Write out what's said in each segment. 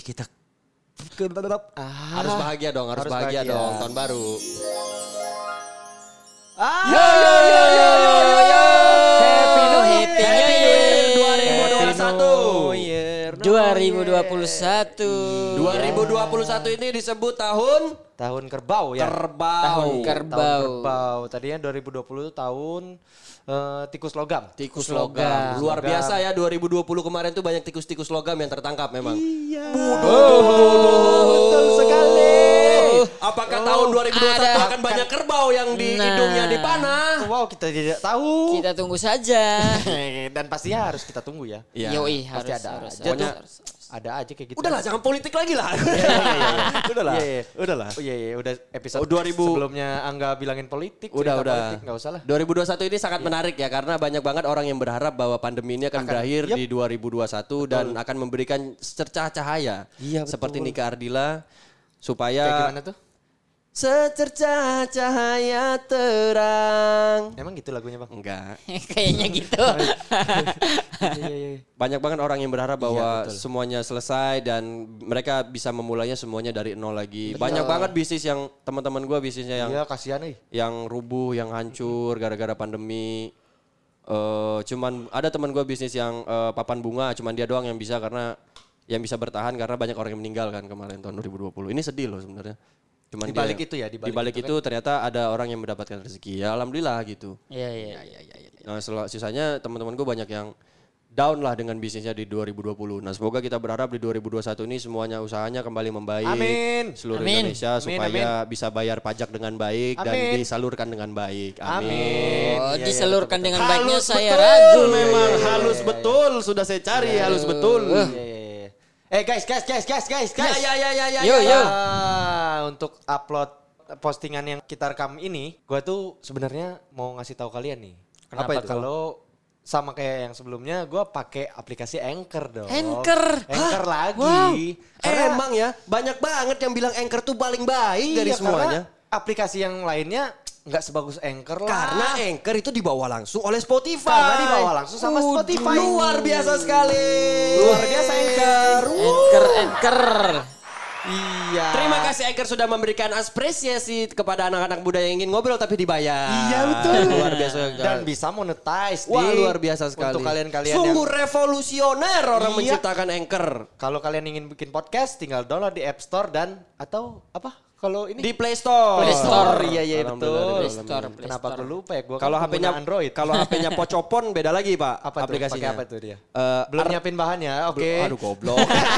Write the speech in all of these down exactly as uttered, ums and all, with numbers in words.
kita Ah, harus bahagia dong, harus, harus bahagia, bahagia. dong tahun baru. Ah, Yo yo yo yo yo yo yo. Happy New Year. Happy New Year dua ribu dua puluh satu. dua ribu dua puluh satu. dua ribu dua puluh satu ini disebut tahun Tahun kerbau ya. kerbau. Tahun Tahun kerbau. kerbau. Tadinya dua ribu dua puluh tahun eh, tikus logam. Tikus logam. logam. Luar Logam. biasa ya dua ribu dua puluh kemarin tuh banyak tikus-tikus logam yang tertangkap memang. Iya. Betul betul sekali. Apakah Oh, tahun dua ribu dua puluh satu ada. akan banyak kerbau yang di Nah. hidungnya dipanah? Wow, kita tidak tahu. Kita tunggu saja. Dan pastinya harus kita tunggu ya. Iya. Yoi, Pasti harus, ada harus, aja harus, tuh. harus. Ada aja kayak gitu. Udahlah, jangan politik lagi lah. Udahlah. Iya, Iya, iya. Udahlah. Oh iya iya udah episode Oh, dua ribu sebelumnya Angga bilangin politik. Udah, cerita udah. Politik, nggak usah lah. dua ribu dua puluh satu ini sangat menarik ya karena banyak banget orang yang berharap bahwa pandemi ini akan, Akan, berakhir yep. di dua ribu dua puluh satu dan akan memberikan secercah cahaya. Iya, betul. Seperti Nika Ardila supaya Kayak gimana tuh? secercah cahaya terang. Emang gitu lagunya bang? Enggak. Kayaknya gitu. Iya iya iya. Banyak banget orang yang berharap bahwa betul. semuanya selesai dan mereka bisa memulainya semuanya dari nol lagi. Banyak banget bisnis yang teman-teman gue bisnisnya yang Iya kasihan nih. yang rubuh, yang hancur gara-gara pandemi. Eh cuman ada teman gue bisnis yang eh, papan bunga, cuman dia doang yang bisa karena yang bisa bertahan karena banyak orang yang meninggal kan kemarin tahun dua ribu dua puluh. Ini sedih loh sebenarnya. Cuman Di balik dia- itu ya, di Di balik balik itu itu, ternyata ada orang yang mendapatkan rezeki. Ya alhamdulillah gitu. Iya, iya, iya. Nah, sel- sisanya teman-teman gue banyak yang down lah dengan bisnisnya di dua ribu dua puluh. Nah, semoga kita berharap di dua ribu dua puluh satu ini semuanya usahanya kembali membaik. Amin. Seluruh Amin. Indonesia Amin, supaya bisa bayar pajak dengan baik dan Amin. disalurkan dengan baik. Amin. Amin. Oh, Iya, iya, disalurkan betul, dengan Halus baiknya saya betul, ragu. memang Iya, iya, halus iya, betul. Sudah saya cari halus betul. Iya iya iya. Eh guys guys guys guys guys Ya guys. ya ya ya ya. Yo, ya. yo. Ah, untuk upload postingan yang kita rekam ini, gue tuh sebenarnya mau ngasih tahu kalian nih. Kenapa Apa itu? tuh? Kalau sama kayak yang sebelumnya, gue pakai aplikasi Anchor dong. Anchor? Anchor Hah? lagi. Wow. Karena- Emang ya, banyak banget yang bilang Anchor tuh paling baik Iya, dari semuanya. karena aplikasi yang lainnya nggak sebagus Anchor lah. Karena Anchor itu dibawa langsung oleh Spotify. Karena dibawa langsung sama Waduh, Spotify. Luar biasa sekali. Luar biasa Anchor. Anchor, anchor. Iya. Terima kasih Anchor sudah memberikan apresiasi kepada anak-anak muda yang ingin ngobrol tapi dibayar. Iya betul. Luar biasa. Dan bisa monetize. Wah di- luar biasa sekali. Untuk kalian-kalian yang Sungguh revolusioner orang Iya. menciptakan Anchor. kalau kalian ingin bikin podcast, tinggal download di App Store dan atau apa? Kalau ini Di Play Store. Play Store. Iya iya Alhamdulillah, betul. Play Store, Play Kenapa Store. gue lupa ya? Gue Kalau H P-nya Android. Kalau H P-nya Pocopon beda lagi, Pak. apa tuh? aplikasinya? Pakai apa tuh dia? Eh, Belum Ar- nyiapin bahannya. Oke. Aduh goblok.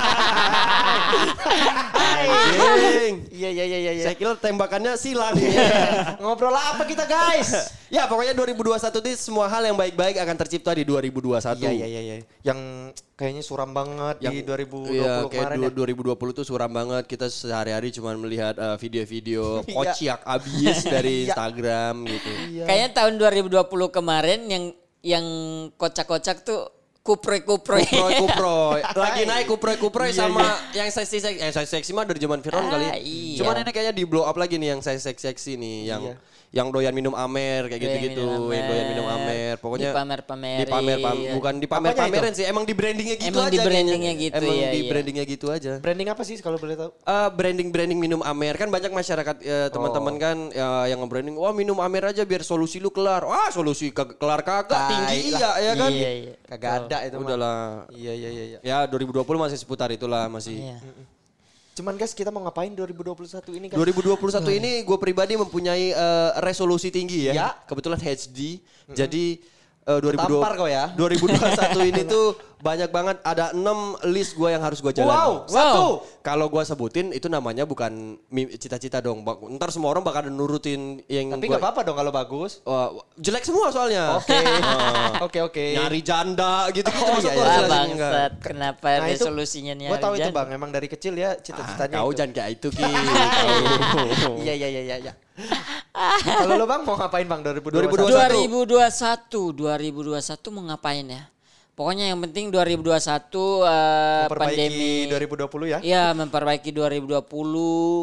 Anjing. Iya iya iya iya. Saya kira tembakannya silang. Ngobrol apa kita guys? Ya pokoknya dua ribu dua puluh satu ini semua hal yang baik-baik akan tercipta di dua ribu dua puluh satu. Iya iya iya iya. Yang kayaknya suram banget di dua ribu dua puluh iya, kayak kemarin. du- ya. dua ribu dua puluh tuh suram banget. Kita sehari-hari cuma melihat eh, video-video Iya. kocak abis dari Iya. Instagram gitu. Kayaknya tahun dua ribu dua puluh kemarin yang yang kocak-kocak tuh kuproy-kuproy. Kuproy kuproy. Lagi naik kuproy kuproy Iya, sama yang seksi seksi eh seksi seksi mah dari zaman Fir'aun Ah, kali. iya. Cuman ini kayaknya di blow up lagi nih yang seksi seksi nih yang Iya. yang doyan minum amer kayak Doyan gitu-gitu, minum yang doyan minum amer. amer. Pokoknya Dipamer-pamerin. dipamer pam- bukan dipamer-pamerin sih, emang di brandingnya gitu Emang aja. di brandingnya kayaknya. gitu, Emang iya, di iya. brandingnya gitu aja. Branding apa sih kalau boleh tahu? Eh, branding-branding minum amer kan banyak masyarakat eh, teman-teman Oh. kan ya, yang nge-branding wah minum amer aja biar solusi lu kelar. Wah, solusi ke- kelar kagak Tai tinggi lah. iya ya kan. Iya, iya. Kagak ada itu mah. Udahlah. Iya iya iya iya. Ya dua ribu dua puluh masih seputar itulah masih. Iya. Cuman guys kita mau ngapain dua ribu dua puluh satu ini kan? dua ribu dua puluh satu ini gue pribadi mempunyai eh, resolusi tinggi ya. Ya. Kebetulan H D. Jadi eh, dua ribu dua puluh Tampar kau ya. dua ribu dua puluh satu ini tuh banyak banget ada enam list gue yang harus gue jalani. Wow, satu. Kalau gue sebutin itu namanya bukan mi- cita-cita dong. Bak- Ntar semua orang bakal nurutin yang Tapi gua- nggak apa-apa dong kalau bagus. Wah, jelek semua soalnya. Oke. Oke oke. Nyari janda gitu-gitu. Oh, maksud iya, gua iya. Wah jelasin enggak. bangsat, kenapa Nah, itu resolusinya nih? Gue tahu itu Arjan? bang, emang dari kecil ya Ah, cita-citanya kau itu. jangan kayak itu Ki. Kau. Iya iya iya iya. iya. Kalau lo bang mau ngapain bang dua ribu dua puluh satu? dua ribu dua puluh satu, dua ribu dua puluh satu mau ngapain ya? Pokoknya yang penting dua ribu dua puluh satu eh, Memperbaiki pandemi. dua ribu dua puluh ya? Iya, memperbaiki dua ribu dua puluh.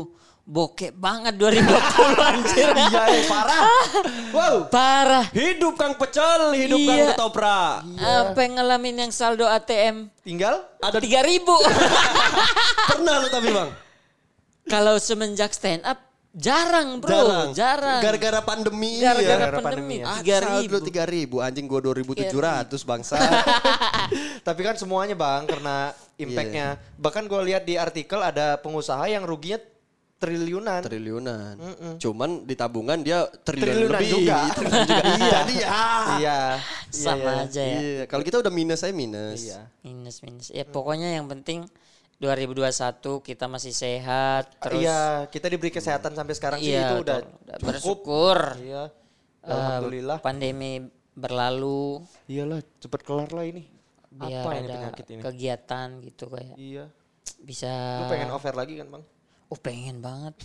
bokeh banget dua ribu dua puluh anjir. Iya, eh, parah. Wow. Parah. Hidup Kang Pecel, hidup Iya. Kang Ketoprak. Apa yang ngalamin yang saldo A T M? Tinggal Ada tiga ribu. Pernah lu tapi Bang? Kalau semenjak stand up jarang bro, Jarang. jarang. Gara-gara pandemi ini Gara-gara ya. Gara-gara pandemi, pandemi ya. tiga Saldo ribu. tiga ribu, anjing gua dua ribu tujuh ratus bangsa. Tapi kan semuanya bang karena impactnya. Bahkan gue lihat di artikel ada pengusaha yang ruginya triliunan. Triliunan. Cuman di tabungan dia triliun Triliunan lebih. juga. Triliun juga. Jadi ya. Iya. Sama iya, aja ya. Iya, kalau kita udah minus saya minus. Iya. Minus minus. Ya pokoknya yang penting dua ribu dua puluh satu kita masih sehat. Terus Iya, kita diberi kesehatan sampai sekarang sih iya, itu udah udah cukup. bersyukur. Iya. Eh, Alhamdulillah. pandemi berlalu. Iyalah, cepet kelar lah ini. Biar Apa ini ada penyakit ini? kegiatan gitu kayak Iya. bisa. Lu pengen over lagi kan bang? Oh pengen banget.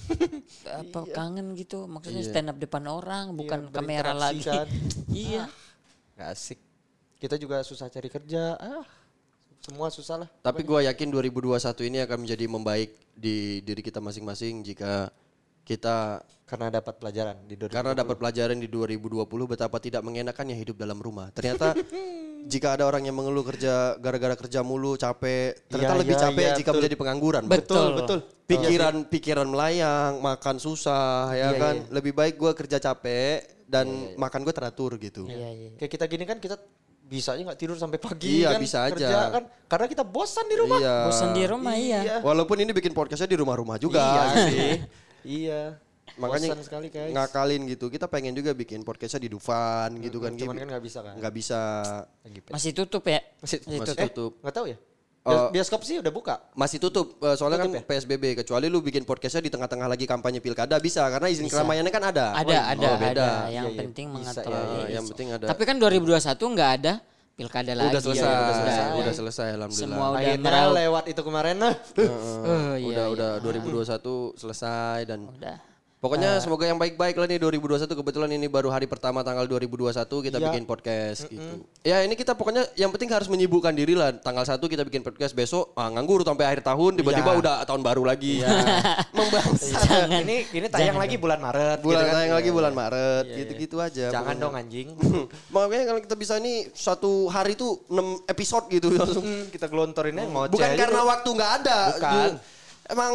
Apa kangen gitu. Maksudnya Iya. stand up depan orang bukan Iya, kamera lagi. berinteraksi kan. Iya. Gak asik. Kita juga susah cari kerja. Ah, semua susah lah. Tapi gue yakin dua ribu dua puluh satu ini akan menjadi membaik di diri kita masing-masing jika kita Karena dapat pelajaran di dua ribu dua puluh. karena dapat pelajaran di dua ribu dua puluh betapa tidak mengenakannya hidup dalam rumah. Ternyata jika ada orang yang mengeluh kerja gara-gara kerja mulu capek, ternyata Iya, lebih iya, capek iya, jika betul. menjadi pengangguran. Bang. Betul. betul. Pikiran pikiran melayang, makan susah ya Iya, kan. iya. Lebih baik gue kerja capek dan makan gue teratur gitu. Iya iya. Kayak kita gini kan kita bisa aja nggak tidur sampai pagi Iya, kan bisa aja. kerja kan karena kita bosan di rumah. Iya. Bosan di rumah iya. Walaupun ini bikin podcastnya di rumah-rumah juga. Iya gitu. sih. Iya. Makanya Bosan sekali guys. ngakalin gitu. Kita pengen juga bikin podcastnya di Dufan gitu kan. Cuman kan nggak bisa kan. Nggak bisa. Lagi Masih tutup ya? Masih, Masih eh, tutup. Nggak tahu ya. Oh. Bios- Bioskop sih udah buka. Masih tutup. eh, Soalnya kan Kenapa P S B B. Kecuali lu bikin podcastnya di tengah-tengah lagi kampanye pilkada bisa. Karena izin Bisa. keramaiannya kan ada. Ada, Oh, ada, oh, beda. ada. Yang Iya, iya. penting Bisa, mengatur. iya, iya. Ah, yang penting ada. Tapi kan dua ribu dua puluh satu nggak ada pilkada lagi. udah selesai. Iya, udah udah selesai. selesai. Udah selesai alhamdulillah. Semua udah Akhirnya meraup. lewat itu kemarin nah. Oh, iya, udah iya. udah dua ribu dua puluh satu selesai dan Udah. pokoknya semoga yang baik-baik lah nih dua ribu dua puluh satu. Kebetulan ini baru hari pertama tanggal dua ribu dua puluh satu kita Iya. bikin podcast gitu. Ya ini kita pokoknya yang penting harus menyibukkan diri lah. Tanggal satu kita bikin podcast, besok ah, nganggur sampai akhir tahun tiba-tiba Iya. udah tahun baru lagi. Membangsa. ini ini tayang lagi bulan Maret. Bulan gitu kan. tayang lagi Iya, bulan iya. Maret gitu-gitu aja. Jangan pokoknya. dong anjing. Makanya kalau kita bisa nih satu hari tuh enam episode gitu langsung. Hmm, kita gelontorinnya ngoceh Bukan aja karena tuh. waktu nggak ada. Bukan. Ju- Emang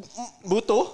butuh.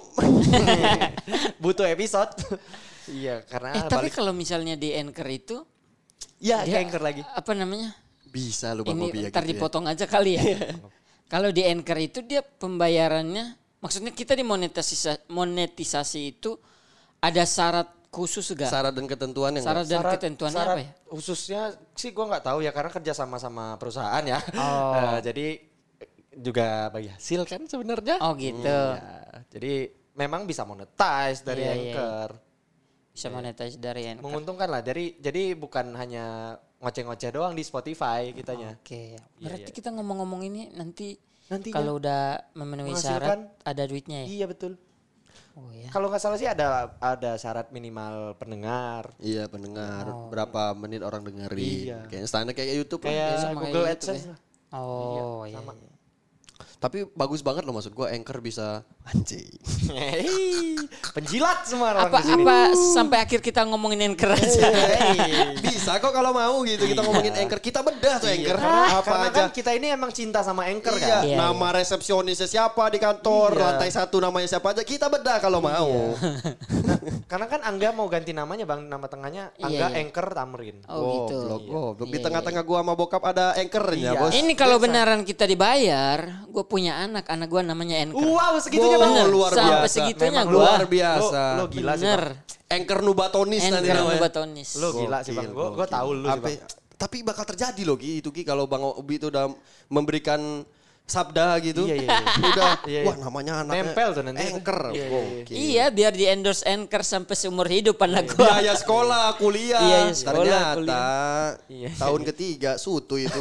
butuh episode. Iya, karena Eh tapi balik. kalau misalnya di Anchor itu Ya, dia- kayak anchor lagi. apa namanya? bisa lu Bang Ini Bobby ya ntar gitu ya. dipotong aja kali ya. Kalau di Anchor itu dia pembayarannya, maksudnya kita dimonetisasi monetisasi itu ada syarat khusus gak? Syarat dan ketentuan yang Syarat dan ketentuannya syarat apa ya? Khususnya sih gua nggak tahu ya karena kerja sama sama perusahaan ya. Oh. Eh, jadi juga bagi hasil kan sebenarnya. Oh gitu. Ya, jadi memang bisa monetize dari Iya, iya, anchor. Bisa monetize dari Anchor. Menguntungkan lah. Dari jadi bukan hanya ngoceh-ngoceh doang di Spotify kitanya. Oke. Iya, Berarti iya. kita ngomong-ngomong ini nanti Nantinya. kalau udah memenuhi Menghasilkan. syarat ada duitnya ya? Iya betul. Oh ya. Kalau nggak salah sih ada ada syarat minimal pendengar. Iya pendengar berapa menit orang dengerin. Oh. Iya. Kayaknya standar kayak YouTube lah. Kayak sama kayak Google YouTube AdSense ya. lah. Oh iya. sama. iya. Tapi bagus banget loh maksud gua Anchor bisa anjing. Hei, penjilat semua orang Apa di sini. apa sampai akhir kita ngomongin Anchor aja. Hei. Bisa kok kalau mau gitu kita ngomongin Anchor. Kita bedah tuh Anchor. Karena, Apa karena aja. kan kita ini emang cinta sama anchor Iya, kan. Iya, nama resepsionisnya siapa di kantor, Iya. lantai satu namanya siapa aja kita bedah kalau mau. Karena kan Angga mau ganti namanya bang, nama tengahnya Iya, Angga iya. Anchor Tamrin. Oh gitu. Goblok, goblok. Di Iya, tengah-tengah gua sama bokap ada Anchornya, Iya. Bos. Ini kalau beneran kita dibayar, gue punya anak, anak gue namanya Anchor. Wow, segitunya Wow, bang. Bener, luar sampai biasa. segitunya Memang gue. luar biasa. Lo, lo gila sih Bener. bang. Anchor Nubatonis nanti Anchor namanya. Nubatonis. Lo gila sih bang. Gue gue tahu lu sih Sampai- bang. Tapi bakal terjadi loh Gi, itu Gi kalau Bang Obi itu udah memberikan sabda gitu. Iya, iya, iya. Udah, Iya, iya. wah namanya anaknya Nempel tuh nanti. Anchor. Iya, iya, iya. Gokil. Iya, biar di endorse Anchor sampai seumur hidup anak gue. Biaya sekolah, kuliah. Iya, iya, sekolah, Ternyata kuliah. Iya. tahun ketiga sutu itu.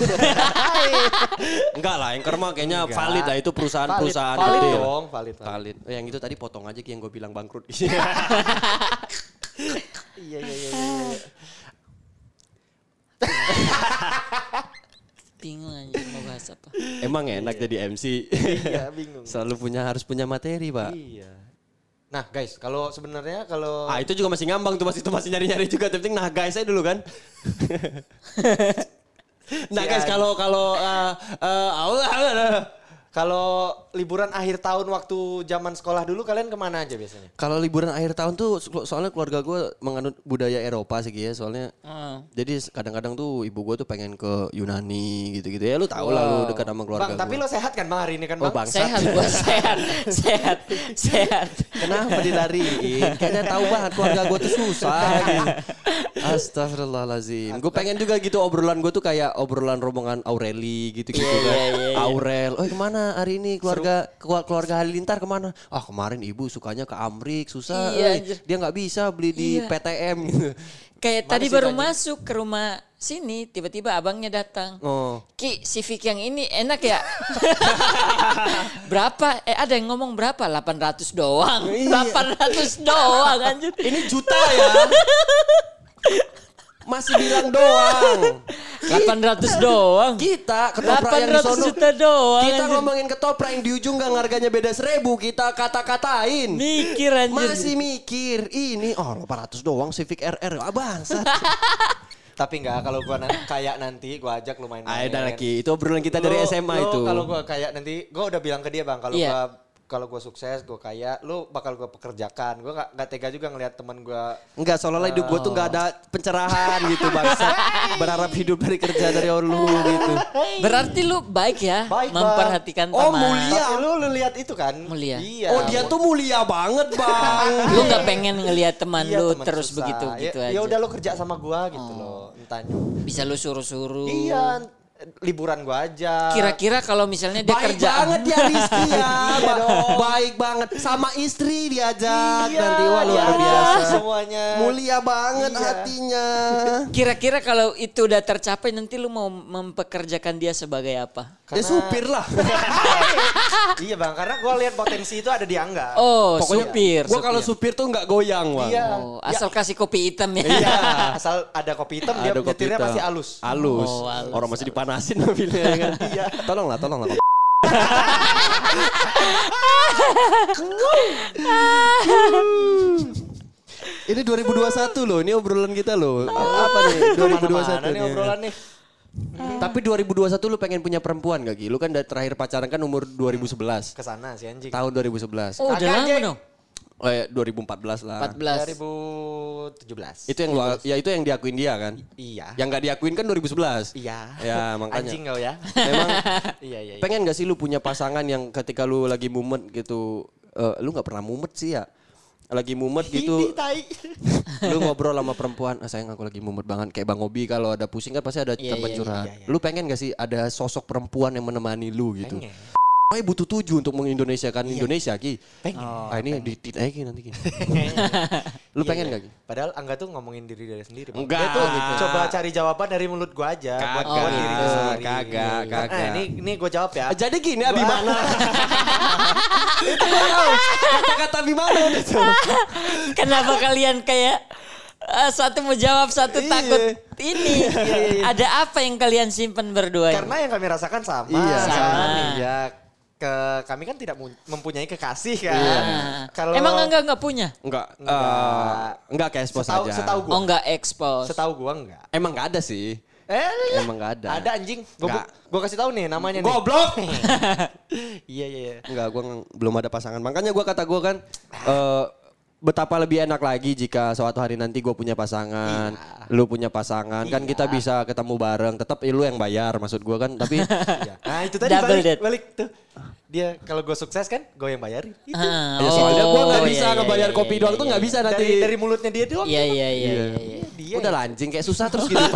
Enggak lah, Anchor mah kayaknya Enggak. valid lah itu perusahaan-perusahaan valid, gede valid lah. dong, valid, valid. Valid. Oh, yang itu tadi potong aja Ki, yang gue bilang bangkrut. Iya iya iya. iya. Bingung aja mau bahas apa. Emang enak jadi M C. Iya bingung. Selalu punya harus punya materi, Pak. Iya. Nah guys, kalau sebenarnya kalau Ah itu juga masih ngambang tuh, masih itu masih nyari-nyari juga. Tapi penting nah guys saya dulu kan. Nah guys kalau kalau uh, uh, kalau liburan akhir tahun waktu zaman sekolah dulu kalian kemana aja biasanya? kalau liburan akhir tahun tuh soalnya keluarga gue menganut budaya Eropa sih ya soalnya. Hmm. Jadi kadang-kadang tuh ibu gue tuh pengen ke Yunani gitu-gitu ya, lu tahu lah lu dekat sama keluarga. Bang, tapi gua. lo sehat kan Bang hari ini kan Oh, Bang? bangsat. Sehat gua, sehat, sehat, sehat. Kenapa dilariin? Kayaknya tahu banget keluarga gue tuh susah. Gitu. Astagfirullahaladzim. Gue pengen juga gitu obrolan gue tuh kayak obrolan rombongan Aureli gitu-gitu Yeah, kan. yeah, yeah, yeah. Aurel, oh kemana hari ini keluarga keluarga Halilintar kemana? Ah kemarin ibu sukanya ke Amrik, susah. Iya, eh. anjir. Dia nggak bisa beli di Iya. P T M gitu. Kayak Mana tadi sih baru itu, anjing? masuk ke rumah sini, tiba-tiba abangnya datang. Oh. Ki, Civic yang ini enak ya? Berapa? Eh ada yang ngomong berapa? delapan ratus doang. Iya. delapan ratus doang anjir. Ini juta ya. Masih bilang doang. delapan ratus doang. Kita ketoprak yang di delapan ratus sono. juta doang. Kita anjir. ngomongin ketoprak yang di ujung gak harganya beda seribu. Kita kata-katain. Mikir anjir. Masih mikir. Ini oh delapan ratus doang Civic R R. Ah bangsat. Tapi enggak, kalau gua na- kayak nanti gua ajak lu main-main. Ayo dah lagi. Itu obrolan kita dari Lu- S M A lu itu. Kalau gua kayak nanti, gua udah bilang ke dia Bang, kalau Iya. gua kalau gua sukses, gua kaya, lu bakal gua pekerjakan. Gua gak, gak tega juga ngelihat teman gua. Enggak, seolah-olah hidup gue tuh gak ada pencerahan gitu bangsat. Berharap hidup dari kerja dari lu gitu. Berarti lu baik ya Baik, Bang. memperhatikan Oh, teman. mulia. Tapi lu lu lihat itu kan? Mulia. Iya. Oh dia tuh mulia banget bang. Lu nggak pengen ngelihat teman Iya, lu teman terus susah. begitu ya, gitu ya aja. udah lu kerja sama gua gitu loh. Entahnya. Bisa lu suruh-suruh. Iya, liburan gua aja. Kira-kira kalau misalnya dia Baik kerja banget ya Rizky ya. Iya Ba- dong. Baik banget. Sama istri diajak. Iya, Nanti wah luar diajak biasa. semuanya. Mulia banget Iya. hatinya. Kira-kira kalau itu udah tercapai nanti lu mau mempekerjakan dia sebagai apa? Ya supir lah. Iya Bang, karena gua lihat potensi itu ada di Angga. Oh, supir. Gue kalau supir tuh nggak goyang bang. Iya. Oh, asal kasih kopi hitam ya. Iya. Asal ada kopi hitam dia Ada kopi nyetirnya hitam. pasti halus. Halus. Oh, halus. Orang masih dipanasin mobilnya ya kan. Iya. Tolonglah, tolonglah. Ini dua ribu dua puluh satu loh, ini obrolan kita loh. Apa nih dua ribu dua puluh satu Mana nih obrolan nih? Tapi dua ribu dua puluh satu lu pengen punya perempuan gak Gi? Lu kan dari terakhir pacaran kan umur dua ribu sebelas. Kesana si anjing. Tahun dua ribu sebelas. Oh, udah Kagak, lama Jack. dong. Oh ya dua ribu empat belas lah. empat belas. dua ribu tujuh belas. Itu yang lu, ya itu yang diakuin dia kan? Iya. Yang gak diakuin kan dua ribu sebelas. Iya. Ya makanya. Anjing kau ya. Memang Iya iya. iya. pengen gak sih lu punya pasangan yang ketika lu lagi mumet gitu, eh, lu gak pernah mumet sih ya? Lagi mumet gitu, Ini tai. lu ngobrol sama perempuan, ah, sayang aku lagi mumet banget. Kayak Bang Obi kalau ada pusing kan pasti ada Iya, tempat iya, curhat. iya, iya. Lu pengen gak sih ada sosok perempuan yang menemani lu gitu? Pengen. Makanya butuh tujuh untuk mengindonesiakan Indonesia Ki. Pengen. Ah ini ditit aja Ki nanti Ki. Lu Iya, pengen iya. gak Ki? Padahal Angga tuh ngomongin diri dari sendiri. Bang. Enggak. Dia tuh gitu. coba cari jawaban dari mulut gua aja. Buat, Kagak. buat dirinya Oh, sendiri. kagak, Nah, kagak. ini ini gua jawab ya. Jadi gini Abimana. Itu baru kata-kata Abimana udah tuh. Kenapa kalian kayak eh, satu mau jawab, satu Iya. takut ini? Ada apa yang kalian simpen berdua? ini? Karena yang kami rasakan sama. Iya. Sama. Ya ke kami kan tidak mu- mempunyai kekasih kan. Nah, Kalau emang enggak enggak punya? Enggak, Enggak. eh, enggak kayak expose Setahu- aja. setahu gua. Oh enggak expose. Setahu gua enggak. Emang enggak ada sih. Eh, Emang enggak ada. Ada anjing. Gua, Nggak. gua kasih tahu nih namanya nih. Goblok. Iya iya iya. Enggak, gua ng- belum ada pasangan. Makanya gua kata gua kan eh, betapa lebih enak lagi jika suatu hari nanti gua punya pasangan, lu punya pasangan, kan Iya. kita bisa ketemu bareng. Tetap eh, lu yang bayar maksud gua kan, tapi Iya. Nah itu tadi Double balik, date. balik tuh. Dia kalau gue sukses kan, gue yang bayarin. Itu. Ah, ya soalnya gua nggak oh, bisa iya, iya, ngebayar iya, kopi iya, doang iya, tuh nggak iya. bisa nanti. Dari dari mulutnya dia doang. Iya iya iya iya. iya. Dia Udah yang- lancing kayak susah terus gitu.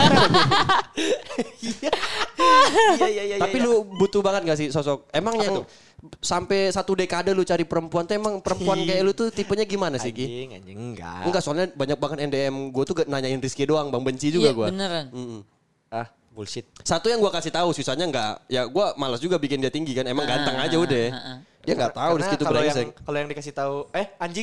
Iya. Iya iya iya. Tapi iya. lu butuh banget gak sih sosok? Emang yang sampai satu dekade lu cari perempuan tuh emang perempuan kayak lu tuh tipenya gimana sih Ki? Anjing anjing enggak. Enggak, soalnya banyak banget N D M gue tuh gak nanyain Rizky doang, Bang benci juga Iya, gue. beneran. Ah bullshit. Satu yang gue kasih tahu, sisanya enggak. Ya gue malas juga bikin dia tinggi kan, emang Ah, ganteng aja udah. ah, ah. Dia nggak tahu Karena Rizky tuh kalau yang brengsek. kalau yang dikasih tahu eh anjing.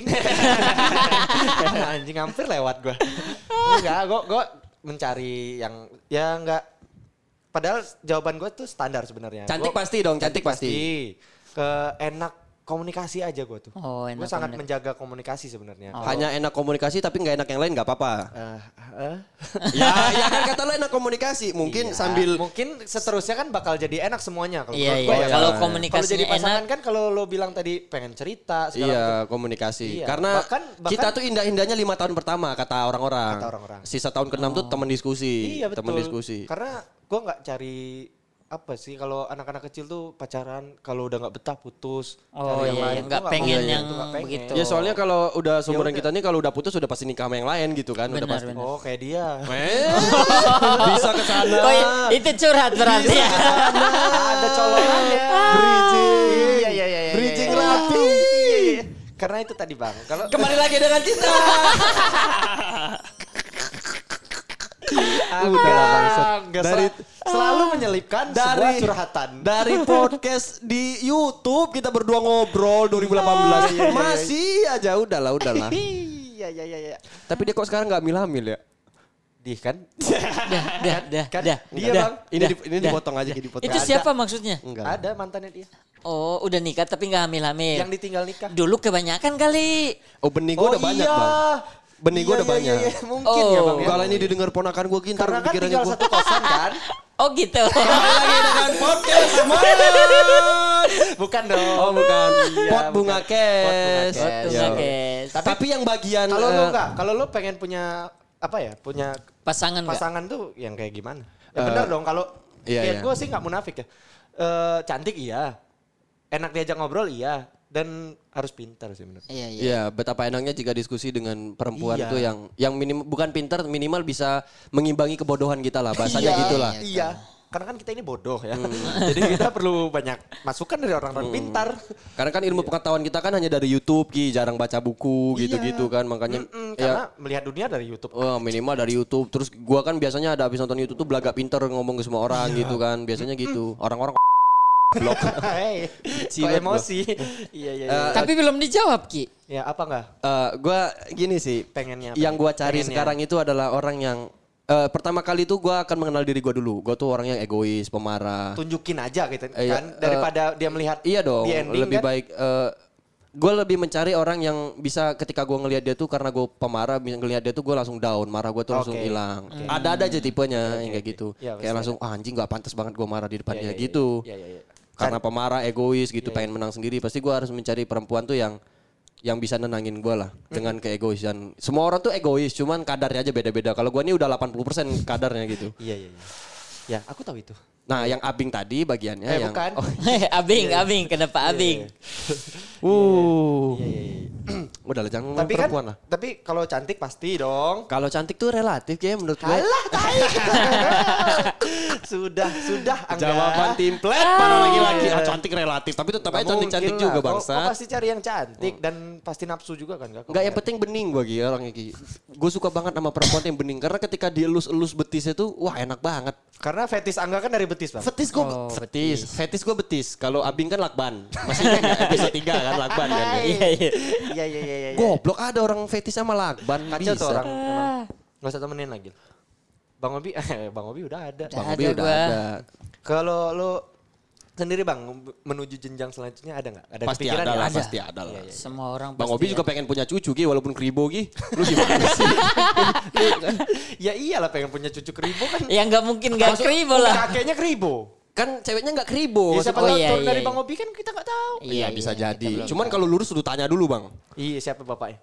Anjing hampir lewat gue. Enggak, gue gue mencari yang ya enggak. Padahal jawaban gue tuh standar sebenarnya. Cantik Gua- pasti dong, cantik pasti. Ke enak komunikasi aja gue tuh. Oh, Gue enak sangat komunikasi. menjaga komunikasi sebenarnya. Oh. Hanya enak komunikasi tapi nggak enak yang lain nggak apa-apa. Eh, eh. ya, ya kan kata lo enak komunikasi. Mungkin Iya, sambil mungkin seterusnya kan bakal jadi enak semuanya kalau Iya, menurut iya. gua ya. Kalau kan. komunikasinya Kalau jadi pasangan enak, kan kalau lo bilang tadi pengen cerita segala iya macam. komunikasi. Iya, Karena bahkan- bahkan- kita tuh indah-indahnya lima tahun pertama kata orang-orang. Kata orang-orang. Sisa tahun keenam tuh teman diskusi. Iya betul. Teman diskusi. Karena gue nggak cari apa sih kalau anak-anak kecil tuh pacaran kalau udah nggak betah putus. Oh, cari yang iya, lain. iya. Gua Nggak mau pengen gitu, yang nggak pengen. begitu. Ya soalnya kalau udah seumuran udah. kita nih kalau udah putus udah pasti nikah sama yang lain gitu kan. udah Benar, pasti. benar. Oh kayak dia. Eh, bisa ke sana. Oh, itu curhat berarti ya. Ada colongannya. Bridging. Iya iya iya. iya, Bridging iya. rapi. Iya, iya, iya. Karena itu tadi bang. Kalau Kembali lagi dengan kita. udah bangsat. Dari- Dari selalu menyelipkan sebuah dari curhatan. dari podcast di YouTube kita berdua ngobrol dua ribu delapan belas masih aja udahlah udahlah. Iya iya iya iya. Tapi dia kok sekarang nggak hamil-hamil ya? Di kan? Dah, dah, dah, Kan dah. dia, dah, Bang. Ini dah, di- ini dah. dipotong aja di podcast. Itu siapa maksudnya? Enggak. Ada mantannya dia. Oh, udah nikah tapi nggak hamil-hamil. Yang ditinggal nikah. Dulu kebanyakan kali. Oh benih gue udah banyak iya. bang. Benih gue Iya, udah iya, banyak. iya, iya. Mungkin Oh. ya bang ya. Kalau ini didengar ponakan gue gintar Karena kan pikirannya tinggal gue. satu kosan kan. Oh gitu. Kembali lagi dengan podcast semangat. Bukan dong. Oh bukan. Iya, Pot bunga bukan. kes. Pot bunga Betul, Yo. guys. Tapi, yang bagian Kalau lu eh, enggak, kalau lu pengen punya apa ya? Punya Pasangan nggak? pasangan tuh yang kayak gimana? Ya Eh, benar dong kalau iya, lihat iya. gue sih nggak munafik ya. Eh, cantik iya. Enak diajak ngobrol iya. Dan harus pintar sih menurut. Iya, iya. Iya, betapa enaknya jika diskusi dengan perempuan Iya. itu yang yang minim bukan pintar minimal bisa mengimbangi kebodohan kita lah bahasanya Iya, gitulah. Iya. Karena kan kita ini bodoh ya. Jadi kita perlu banyak masukan dari orang-orang pintar. Karena kan ilmu pengetahuan kita kan hanya dari YouTube, Ki, jarang baca buku gitu-gitu kan makanya Mm-mm, ya karena melihat dunia dari YouTube. oh, minimal dari YouTube. Terus gua kan biasanya ada habis nonton YouTube tuh belagak pintar ngomong ke semua orang gitu kan. Biasanya gitu. Orang-orang blok. Hei, kok banget emosi. Iya iya iya. Tapi belum dijawab, Ki. Ya apa enggak? Eh, gua gini sih. Pengennya apa Yang nih? gua cari Pengennya. sekarang itu adalah orang yang eh, pertama kali itu gua akan mengenal diri gua dulu. Gua tuh orang yang egois, pemarah. Tunjukin aja gitu Eh, iya, kan daripada dia melihat Iya dong, di ending lebih kan. baik. gue lebih mencari orang yang bisa ketika gue ngelihat dia tuh karena gue pemarah, bisa ngelihat dia tuh gue langsung down, marah gue tuh langsung Oke, hilang. oke. Ada-ada aja tipenya yang kayak oke. gitu. Iya, Kayak pasti langsung ah, anjing nggak pantas banget gue marah di depan Iya, dia iya, gitu. Iya iya iya. Karena pemarah, egois gitu, Iya, pengen menang sendiri. Pasti gue harus mencari perempuan tuh yang yang bisa nenangin gue lah dengan keegoisan. Semua orang tuh egois, cuman kadarnya aja beda-beda. Kalau gue ini udah delapan puluh persen kadarnya gitu. Iya iya iya. Ya, aku tahu itu. Nah, yang abing tadi bagiannya Eh, yang bukan. Oh, abing, abing, kenapa abing? uh. Iya iya iya. Udah lah jangan ngomong Tapi kan perempuan lah. tapi kalau cantik pasti dong. Kalau cantik tuh relatif ya menurut gue. Alah, tai. Sudah, sudah Angga. Jawaban template para laki-laki. Ah, cantik relatif, tapi tetap aja cantik-cantik Mungkin juga lah. Kau- bangsa. Kau pasti cari yang cantik dan pasti nafsu juga kan? Enggak, yang penting bening gue Ki orangnya Ki. Gue suka banget sama perempuan yang bening karena ketika dielus-elus betisnya tuh wah enak banget. Karena fetis Angga kan dari betis, Bang. Fetis gue Oh, fetis, fetis gue betis. Kalau abing kan lakban. Masih ingat nggak episode tiga kan lakban kan. ya? Iya, iya. Iya iya iya iya. Goblok ada orang fetis sama lakban Kacau bisa. tuh orang. Emang. Gak usah temenin lagi. Bang Obi, eh, Bang Obi udah ada. Udah Bang ada Obi udah gua. ada. Kalau lo sendiri Bang menuju jenjang selanjutnya ada nggak? Ada Pasti kepikiran ada nggak? lah, Ada. pasti ada lah. Semua orang Bang pasti Obi juga ada. pengen punya cucu Ki walaupun kribo Ki. Lu gimana sih? Ya iyalah pengen punya cucu keribo kan. Ya nggak mungkin nggak kribo lah. Kakeknya keribo. Kan ceweknya nggak kribo. Ya, siapa Oh, tahu iya, turun iya, dari iya. Bang Obi kan kita nggak tahu. Iya bisa kita jadi. belum Cuman tahu. kalau lurus udah tanya dulu bang. Iya siapa bapaknya?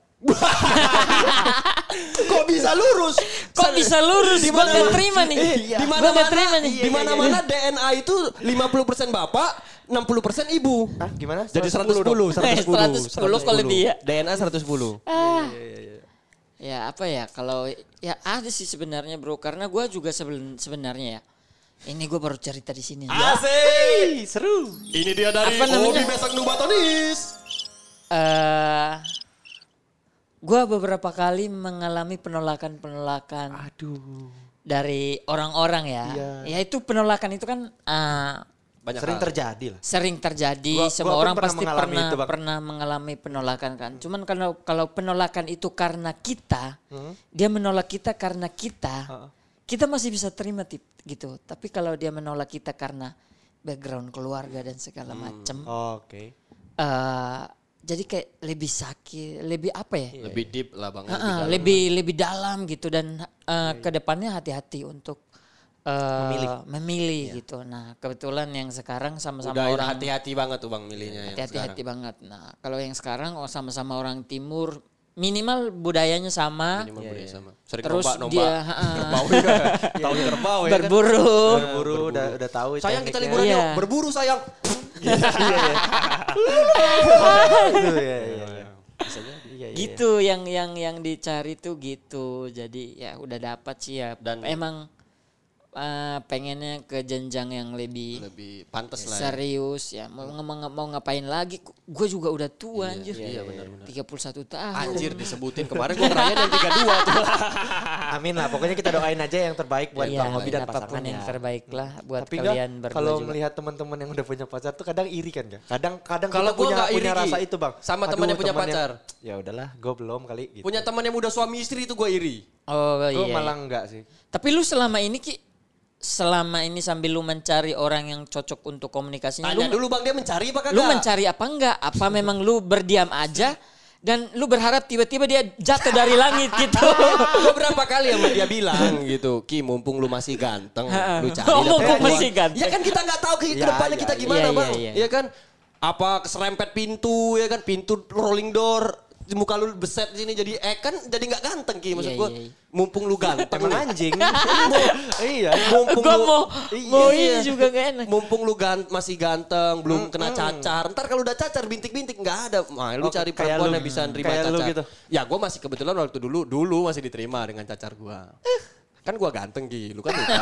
Kok bisa lurus? Kok bisa lurus? Di Gua mana- nggak terima nih. Iya. Di Gua mana nggak terima nih. Di mana-mana D N A itu lima puluh persen bapak, enam puluh persen ibu. Hah gimana? Jadi seratus sepuluh, seratus sepuluh. seratus sepuluh kalau dia. D N A seratus sepuluh. Ya apa ya kalau ya ada sih sebenarnya bro karena gue juga seben- sebenarnya ya ini gue baru cerita di sini. Asik. Seru. Ini dia dari Apa namanya? Hobi Besak Nubatonis. Eh, gue beberapa kali mengalami penolakan-penolakan Aduh. dari orang-orang ya. Iya. Ya itu penolakan itu kan eh, Banyak Sering hal. terjadi lah. sering terjadi. Gua- Semua gua pun orang pernah pasti mengalami pernah itu, Bang. pernah mengalami penolakan kan. Cuman kalau kalau penolakan itu karena kita, Hmm. dia menolak kita karena kita, Heeh. kita masih bisa terima tip gitu. Tapi kalau dia menolak kita karena background keluarga dan segala macam, Oke. eh jadi kayak lebih sakit, lebih apa ya? Lebih deep lah bang. Uh, uh, lebih lebih dalam gitu dan uh, ke depannya hati-hati untuk uh, Memilih. memilih gitu. Nah kebetulan yang sekarang sama-sama Udah orang hati-hati banget tuh bang milihnya. yang hati-hati sekarang. banget. Nah kalau yang sekarang oh sama-sama orang timur minimal budayanya sama. Minimal budaya sama. Sering Terus nomba-nomba. dia ha, Kerbau juga. Tahu kerbau ya kan. berburu. Berburu udah udah tahu Sayang kita tekniknya. liburan Iya. yuk. Berburu sayang. Iya iya. Itu ya iya. iya. Iya, iya. Gitu yang yang yang dicari tuh gitu. Jadi ya udah dapat sih ya. Dan- emang uh, pengennya ke jenjang yang lebih Lebih pantas lah. Ya. serius ya. Mau mau, mau ngapain lagi? Gue juga udah tua anjir. Iya benar-benar. tiga puluh satu tahun. Anjir disebutin kemarin gue ngerayain yang tiga puluh dua tuh. Amin lah, pokoknya kita doain aja yang terbaik buat Iya, Bang Hobi dan apapun pasangannya. yang terbaik lah buat Tapi enggak, kalian berdua kalau juga. melihat teman-teman yang udah punya pacar tuh kadang iri kan ya. Kadang kadang Kalau kita gua punya nggak iri, punya Ki. rasa itu bang. Sama teman yang punya pacar. Ya udahlah, gue belum kali. Gitu. Punya teman yang udah suami istri itu gue iri. Oh Gue iya. malah iya. enggak sih. Tapi lu selama ini Ki selama ini sambil lu mencari orang yang cocok untuk komunikasinya Tanya lu dulu bang dia mencari apa kagak? lu mencari apa enggak? Apa memang lu berdiam aja dan lu berharap tiba-tiba dia jatuh dari langit gitu? Gue berapa kali sama dia bilang gitu, Ki mumpung lu masih ganteng, lu cari Oh, dah mumpung perempuan. masih ganteng. Ya kan kita nggak tahu ke Ya, depannya ya, kita ya. gimana Iya, bang, iya, iya. ya kan? Apa keserempet pintu ya kan, pintu rolling door, muka lu beset sini jadi eh kan jadi nggak ganteng Ki maksud Iya, gue. iya, iya. Mumpung lu ganteng, Emang lu- anjing. Iya. mumpung Gua lu mau Iya, mau iya. ini juga gak enak. Mumpung lu gan- masih ganteng, belum kena cacar. Ntar kalau udah cacar bintik-bintik nggak ada. Nah, lu Oh, cari kayak perempuan lu. yang bisa nerima Kayak cacar. lu gitu. Ya gue masih kebetulan waktu dulu dulu masih diterima dengan cacar gue. Kan gue ganteng Ki, lu kan lupa.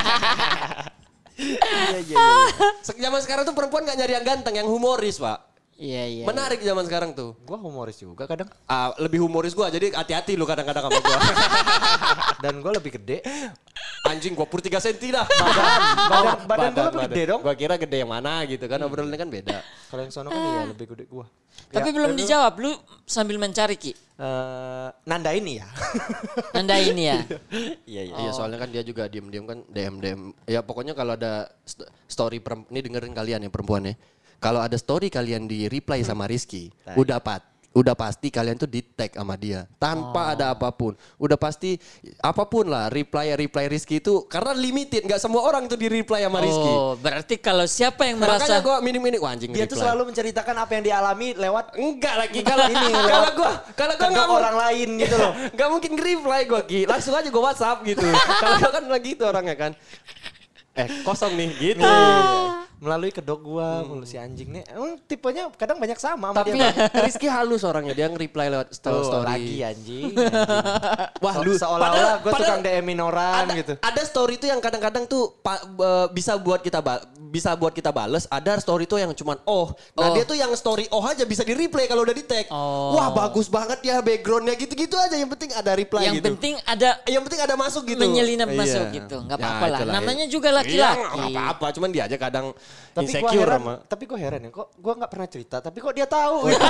Iya iya iya. Zaman sekarang tuh perempuan nggak nyari yang ganteng, yang humoris pak. Iya iya. Menarik zaman sekarang tuh. Gue humoris juga kadang. Ah, lebih humoris gue, jadi hati-hati lu kadang-kadang sama gue. Dan gue lebih gede. Anjing gue pur tiga senti dah. Badan, badan, badan gue lebih gede dong. Gue kira gede yang mana gitu kan, obrolannya kan beda. Kalau yang sono kan iya lebih gede gue. Tapi belum dijawab, lu sambil mencari Ki. Eh, nanda ini ya. Anda ini ya. Iya iya. Iya soalnya kan dia juga diem-diem kan D M D M. Ya pokoknya kalau ada st- story perempuan, ini dengerin kalian ya perempuan ya. Kalau ada story kalian di reply sama Rizky, udah pat, udah pasti kalian tuh di tag sama dia tanpa ada apapun. Udah pasti apapun lah reply reply Rizky itu karena limited, nggak semua orang tuh di reply sama Rizky. Oh, berarti kalau siapa yang Makanya merasa gue minim-minim wah anjing Dia tuh reply. selalu menceritakan apa yang dialami lewat Enggak lagi kalau ini lewat kalau gue kalau gue kedok nggak mau orang lain gitu loh. nggak mungkin reply gue Ki, langsung aja gue WhatsApp gitu. Kalau gue kan lagi itu orangnya kan. Eh kosong nih gitu. Melalui kedok gua, mulu si anjing nih. Emang tipenya kadang banyak sama sama Tapi dia. Rizky halus orangnya, dia nge-reply lewat sto- Tuh, story. lagi anjing. Wah Se- lu seolah-olah gue padahal- tukang D M-in orang ada, gitu. Ada story tuh yang kadang-kadang tuh pa- be- bisa buat kita ba- bisa buat kita bales. Ada story tuh yang cuman oh. Nah Oh. dia tuh yang story oh aja bisa di replay kalau udah di tag. Oh. Wah bagus banget ya backgroundnya gitu-gitu aja. Yang penting ada reply yang gitu. penting ada Yang penting ada masuk gitu. menyelinap Iya. masuk gitu. Enggak Ya, apa-apa lah. itulah. Namanya juga Iya, laki-laki. nggak apa-apa. Cuman dia aja kadang Tapi gue insecure heran, sama. tapi gue heran ya, kok gue nggak pernah cerita, tapi kok dia tahu? Gitu.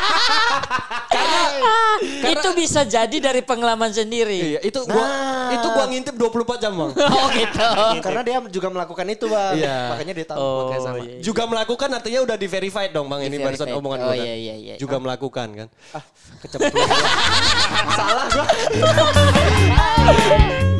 Itu bisa jadi dari pengalaman sendiri. Iya, itu gua Nah. itu gua ngintip dua puluh empat jam, Bang. Oh gitu. Karena dia juga melakukan itu bang, Iya. makanya dia tahu. Oh, makanya sama. iya. Juga melakukan artinya udah di verified dong, Bang. Ini barusan Di-verified. omongan Oh, gua kan. iya, iya, iya. Juga melakukan kan. Ah, keceplosan. Salah gue.